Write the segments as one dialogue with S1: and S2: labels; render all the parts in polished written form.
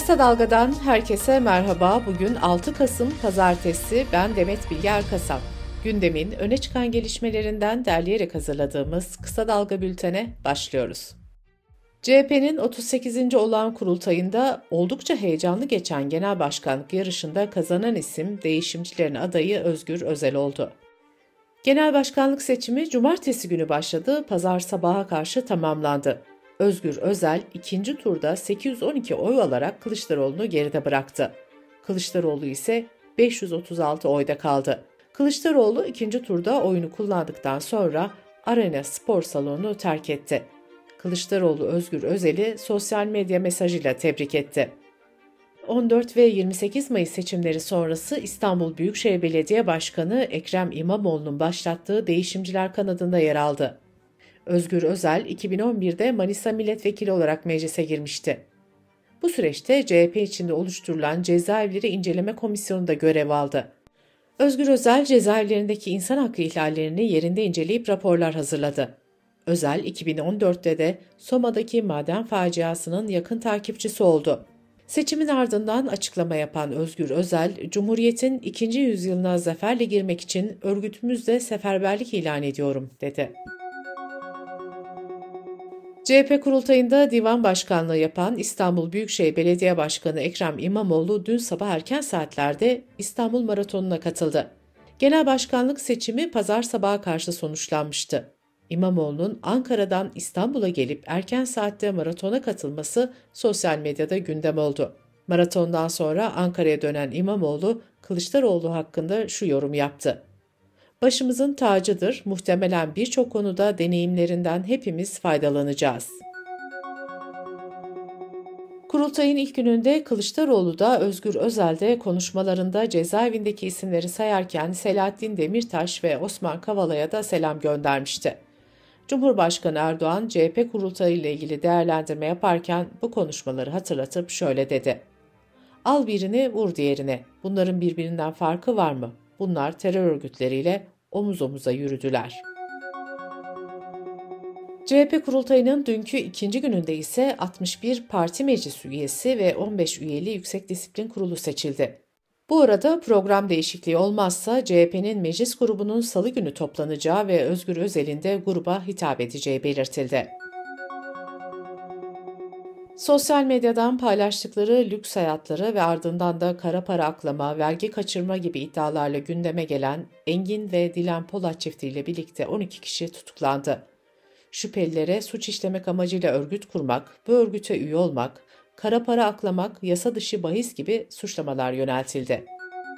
S1: Kısa Dalga'dan herkese merhaba. Bugün 6 Kasım Pazartesi. Ben Demet Bilge Erkasap. Gündemin öne çıkan gelişmelerinden derleyerek hazırladığımız Kısa Dalga bültene başlıyoruz. CHP'nin 38. olağan kurultayında oldukça heyecanlı geçen genel başkanlık yarışında kazanan isim değişimcilerin adayı Özgür Özel oldu. Genel başkanlık seçimi cumartesi günü başladı, pazar sabaha karşı tamamlandı. Özgür Özel ikinci turda 812 oy alarak Kılıçdaroğlu'nu geride bıraktı. Kılıçdaroğlu ise 536 oyda kaldı. Kılıçdaroğlu ikinci turda oyunu kullandıktan sonra Arena Spor Salonu'nu terk etti. Kılıçdaroğlu Özgür Özel'i sosyal medya mesajıyla tebrik etti. 14 ve 28 Mayıs seçimleri sonrası İstanbul Büyükşehir Belediye Başkanı Ekrem İmamoğlu'nun başlattığı değişimciler kanadında yer aldı. Özgür Özel 2011'de Manisa Milletvekili olarak meclise girmişti. Bu süreçte CHP içinde oluşturulan Cezaevleri İnceleme Komisyonu'nda görev aldı. Özgür Özel cezaevlerindeki insan hakkı ihlallerini yerinde inceleyip raporlar hazırladı. Özel 2014'te de Soma'daki maden faciasının yakın takipçisi oldu. Seçimin ardından açıklama yapan Özgür Özel, Cumhuriyet'in 2. yüzyılına zaferle girmek için örgütümüzle seferberlik ilan ediyorum, dedi. CHP kurultayında divan başkanlığı yapan İstanbul Büyükşehir Belediye Başkanı Ekrem İmamoğlu dün sabah erken saatlerde İstanbul Maratonu'na katıldı. Genel başkanlık seçimi pazar sabaha karşı sonuçlanmıştı. İmamoğlu'nun Ankara'dan İstanbul'a gelip erken saatte maratona katılması sosyal medyada gündem oldu. Maratondan sonra Ankara'ya dönen İmamoğlu, Kılıçdaroğlu hakkında şu yorum yaptı. Başımızın tacıdır, muhtemelen birçok konuda deneyimlerinden hepimiz faydalanacağız. Kurultayın ilk gününde Kılıçdaroğlu da Özgür Özel de konuşmalarında cezaevindeki isimleri sayarken Selahattin Demirtaş ve Osman Kavala'ya da selam göndermişti. Cumhurbaşkanı Erdoğan, CHP kurultayı ile ilgili değerlendirme yaparken bu konuşmaları hatırlatıp şöyle dedi. Al birini vur diğerine. Bunların birbirinden farkı var mı? Bunlar terör örgütleriyle omuz omuza yürüdüler. CHP kurultayının dünkü ikinci gününde ise 61 parti meclis üyesi ve 15 üyeli Yüksek Disiplin Kurulu seçildi. Bu arada program değişikliği olmazsa CHP'nin meclis grubunun salı günü toplanacağı ve Özgür Özel'in de gruba hitap edeceği belirtildi. Sosyal medyadan paylaştıkları lüks hayatları ve ardından da kara para aklama, vergi kaçırma gibi iddialarla gündeme gelen Engin ve Dilan Polat çiftiyle birlikte 12 kişi tutuklandı. Şüphelilere suç işlemek amacıyla örgüt kurmak, bu örgüte üye olmak, kara para aklamak, yasa dışı bahis gibi suçlamalar yöneltildi.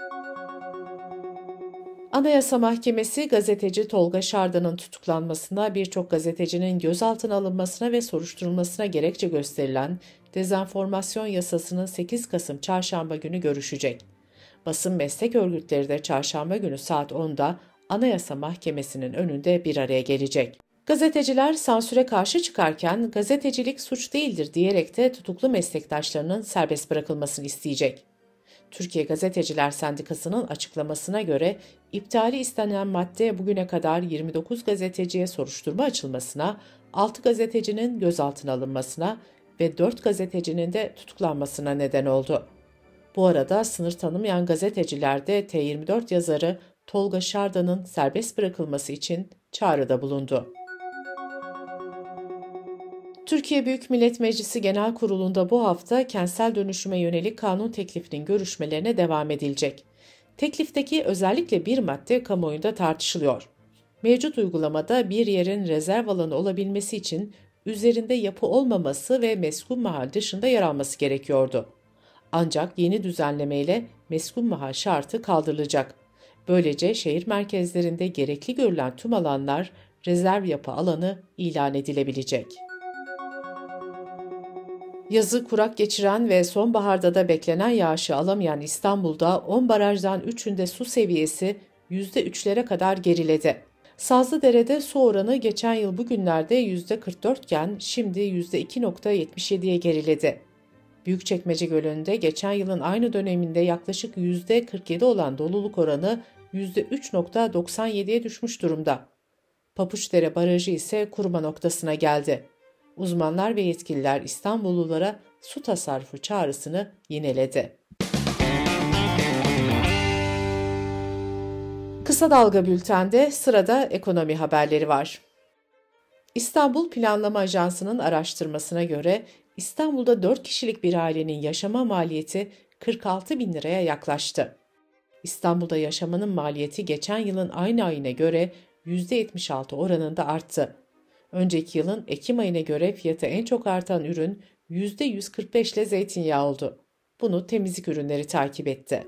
S1: Anayasa Mahkemesi gazeteci Tolga Şardan'ın tutuklanmasına, birçok gazetecinin gözaltına alınmasına ve soruşturulmasına gerekçe gösterilen dezenformasyon yasasının 8 Kasım Çarşamba günü görüşecek. Basın meslek örgütleri de Çarşamba günü saat 10'da Anayasa Mahkemesi'nin önünde bir araya gelecek. Gazeteciler sansüre karşı çıkarken gazetecilik suç değildir diyerek de tutuklu meslektaşlarının serbest bırakılmasını isteyecek. Türkiye Gazeteciler Sendikası'nın açıklamasına göre iptali istenen madde bugüne kadar 29 gazeteciye soruşturma açılmasına, 6 gazetecinin gözaltına alınmasına ve 4 gazetecinin de tutuklanmasına neden oldu. Bu arada sınır tanımayan gazeteciler de T24 yazarı Tolga Şardan'ın serbest bırakılması için çağrıda bulundu. Türkiye Büyük Millet Meclisi Genel Kurulu'nda bu hafta kentsel dönüşüme yönelik kanun teklifinin görüşmelerine devam edilecek. Teklifteki özellikle bir madde kamuoyunda tartışılıyor. Mevcut uygulamada bir yerin rezerv alanı olabilmesi için üzerinde yapı olmaması ve meskun mahal dışında yer alması gerekiyordu. Ancak yeni düzenlemeyle meskun mahal şartı kaldırılacak. Böylece şehir merkezlerinde gerekli görülen tüm alanlar rezerv yapı alanı ilan edilebilecek. Yazı kurak geçiren ve sonbaharda da beklenen yağışı alamayan İstanbul'da 10 barajdan 3'ünde su seviyesi %3'lere kadar geriledi. Sazlıdere'de su oranı geçen yıl bugünlerde %44 iken şimdi %2,77'ye geriledi. Büyükçekmece Gölü'nde geçen yılın aynı döneminde yaklaşık %47 olan doluluk oranı %3,97'ye düşmüş durumda. Papuçdere Barajı ise kuruma noktasına geldi. Uzmanlar ve yetkililer İstanbullulara su tasarrufu çağrısını yineledi. Kısa Dalga Bülten'de sırada ekonomi haberleri var. İstanbul Planlama Ajansı'nın araştırmasına göre İstanbul'da 4 kişilik bir ailenin yaşama maliyeti 46 bin liraya yaklaştı. İstanbul'da yaşamanın maliyeti geçen yılın aynı ayına göre %76 oranında arttı. Önceki yılın Ekim ayına göre fiyatı en çok artan ürün %145 ile zeytinyağı oldu. Bunu temizlik ürünleri takip etti.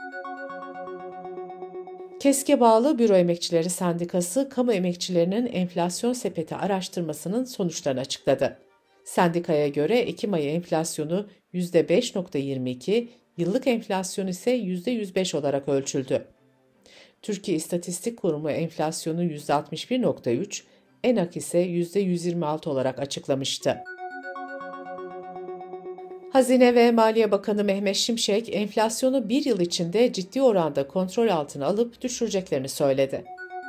S1: KESK'e bağlı Büro Emekçileri Sendikası, kamu emekçilerinin enflasyon sepeti araştırmasının sonuçlarını açıkladı. Sendikaya göre Ekim ayı enflasyonu %5,22, yıllık enflasyon ise %105 olarak ölçüldü. Türkiye İstatistik Kurumu enflasyonu %61,3, ENAK ise %126 olarak açıklamıştı. Hazine ve Maliye Bakanı Mehmet Şimşek, enflasyonu bir yıl içinde ciddi oranda kontrol altına alıp düşüreceklerini söyledi.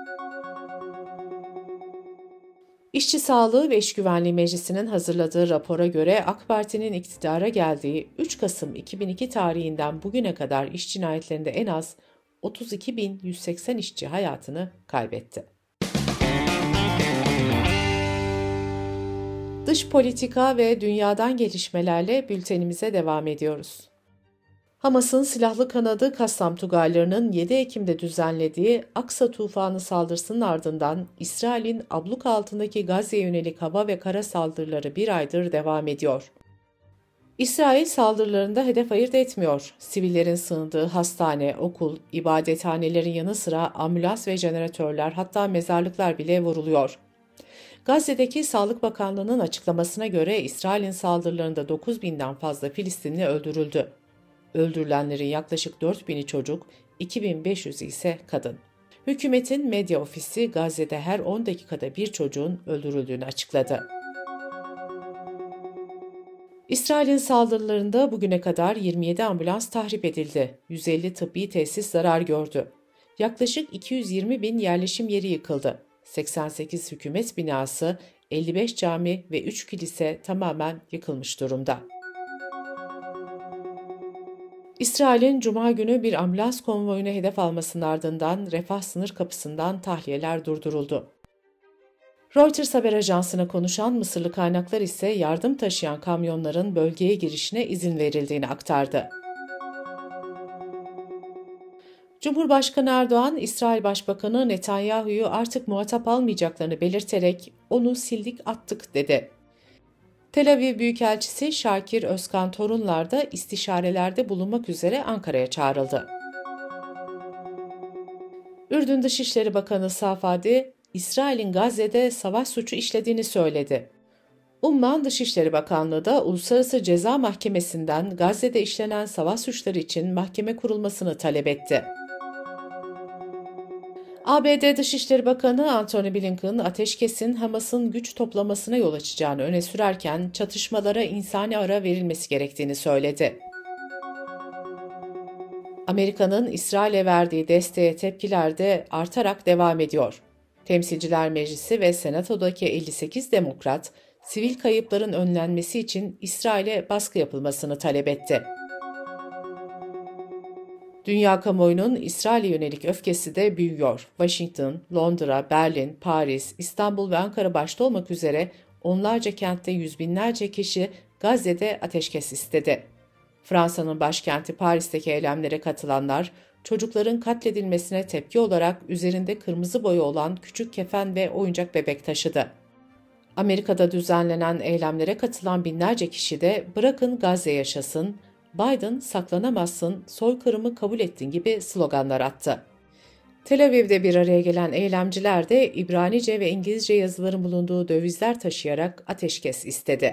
S1: İşçi Sağlığı ve İş Güvenliği Meclisi'nin hazırladığı rapora göre AK Parti'nin iktidara geldiği 3 Kasım 2002 tarihinden bugüne kadar iş cinayetlerinde en az 32.180 işçi hayatını kaybetti. Dış politika ve dünyadan gelişmelerle bültenimize devam ediyoruz. Hamas'ın silahlı kanadı Kassam Tugaylarının 7 Ekim'de düzenlediği Aksa tufanı saldırısının ardından İsrail'in abluka altındaki Gazze'ye yönelik hava ve kara saldırıları bir aydır devam ediyor. İsrail saldırılarında hedef ayırt etmiyor. Sivillerin sığındığı hastane, okul, ibadethanelerin yanı sıra ambulans ve jeneratörler, hatta mezarlıklar bile vuruluyor. Gazze'deki Sağlık Bakanlığı'nın açıklamasına göre İsrail'in saldırılarında 9.000'den fazla Filistinli öldürüldü. Öldürülenlerin yaklaşık 4.000'i çocuk, 2.500'ü ise kadın. Hükümetin medya ofisi Gazze'de her 10 dakikada bir çocuğun öldürüldüğünü açıkladı. İsrail'in saldırılarında bugüne kadar 27 ambulans tahrip edildi. 150 tıbbi tesis zarar gördü. Yaklaşık 220.000 yerleşim yeri yıkıldı. 88 hükümet binası, 55 cami ve 3 kilise tamamen yıkılmış durumda. İsrail'in Cuma günü bir ambulans konvoyunu hedef almasının ardından Refah sınır kapısından tahliyeler durduruldu. Reuters haber ajansına konuşan Mısırlı kaynaklar ise yardım taşıyan kamyonların bölgeye girişine izin verildiğini aktardı. Cumhurbaşkanı Erdoğan, İsrail Başbakanı Netanyahu'yu artık muhatap almayacaklarını belirterek "onu sildik attık" dedi. Tel Aviv Büyükelçisi Şakir Özkan Torunlar da istişarelerde bulunmak üzere Ankara'ya çağrıldı. Ürdün Dışişleri Bakanı Safadi, İsrail'in Gazze'de savaş suçu işlediğini söyledi. Umman Dışişleri Bakanlığı da Uluslararası Ceza Mahkemesi'nden Gazze'de işlenen savaş suçları için mahkeme kurulmasını talep etti. ABD Dışişleri Bakanı Antony Blinken, ateşkesin Hamas'ın güç toplamasına yol açacağını öne sürerken çatışmalara insani ara verilmesi gerektiğini söyledi. Amerika'nın İsrail'e verdiği desteğe tepkiler de artarak devam ediyor. Temsilciler Meclisi ve Senato'daki 58 demokrat, sivil kayıpların önlenmesi için İsrail'e baskı yapılmasını talep etti. Dünya kamuoyunun İsrail'e yönelik öfkesi de büyüyor. Washington, Londra, Berlin, Paris, İstanbul ve Ankara başta olmak üzere onlarca kentte yüz binlerce kişi Gazze'de ateşkes istedi. Fransa'nın başkenti Paris'teki eylemlere katılanlar, çocukların katledilmesine tepki olarak üzerinde kırmızı boya olan küçük kefen ve oyuncak bebek taşıdı. Amerika'da düzenlenen eylemlere katılan binlerce kişi de "bırakın Gazze yaşasın", "Biden saklanamazsın, soykırımı kabul ettin" gibi sloganlar attı. Tel Aviv'de bir araya gelen eylemciler de İbranice ve İngilizce yazıların bulunduğu dövizler taşıyarak ateşkes istedi.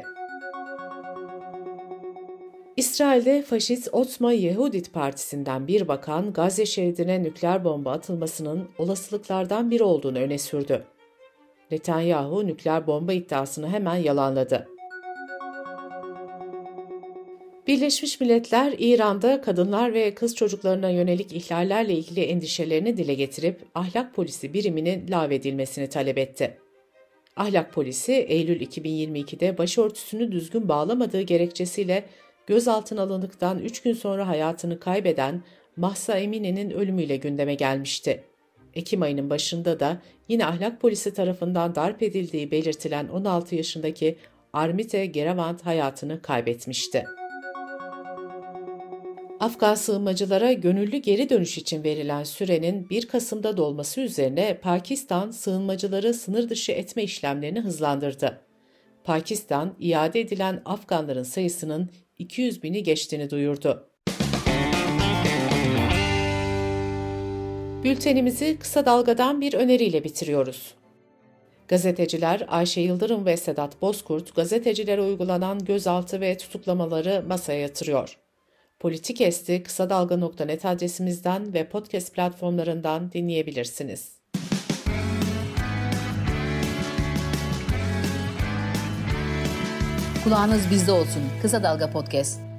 S1: İsrail'de faşist Otzma Yehudit Partisi'nden bir bakan Gazze şeridine nükleer bomba atılmasının olasılıklardan biri olduğunu öne sürdü. Netanyahu nükleer bomba iddiasını hemen yalanladı. Birleşmiş Milletler, İran'da kadınlar ve kız çocuklarına yönelik ihlallerle ilgili endişelerini dile getirip ahlak polisi biriminin lağvedilmesini talep etti. Ahlak polisi Eylül 2022'de başörtüsünü düzgün bağlamadığı gerekçesiyle gözaltına alındıktan 3 gün sonra hayatını kaybeden Mahsa Emine'nin ölümüyle gündeme gelmişti. Ekim ayının başında da yine ahlak polisi tarafından darp edildiği belirtilen 16 yaşındaki Armite Geravant hayatını kaybetmişti. Afgan sığınmacılara gönüllü geri dönüş için verilen sürenin 1 Kasım'da dolması üzerine Pakistan sığınmacıları sınır dışı etme işlemlerini hızlandırdı. Pakistan, iade edilen Afganların sayısının 200 bini geçtiğini duyurdu. Bültenimizi kısa dalgadan bir öneriyle bitiriyoruz. Gazeteciler Ayşe Yıldırım ve Sedat Bozkurt, gazetecilere uygulanan gözaltı ve tutuklamaları masaya yatırıyor. Politikest'i kısa dalga.net adresimizden ve podcast platformlarından dinleyebilirsiniz.
S2: Kulağınız bizde olsun. Kısa Dalga Podcast.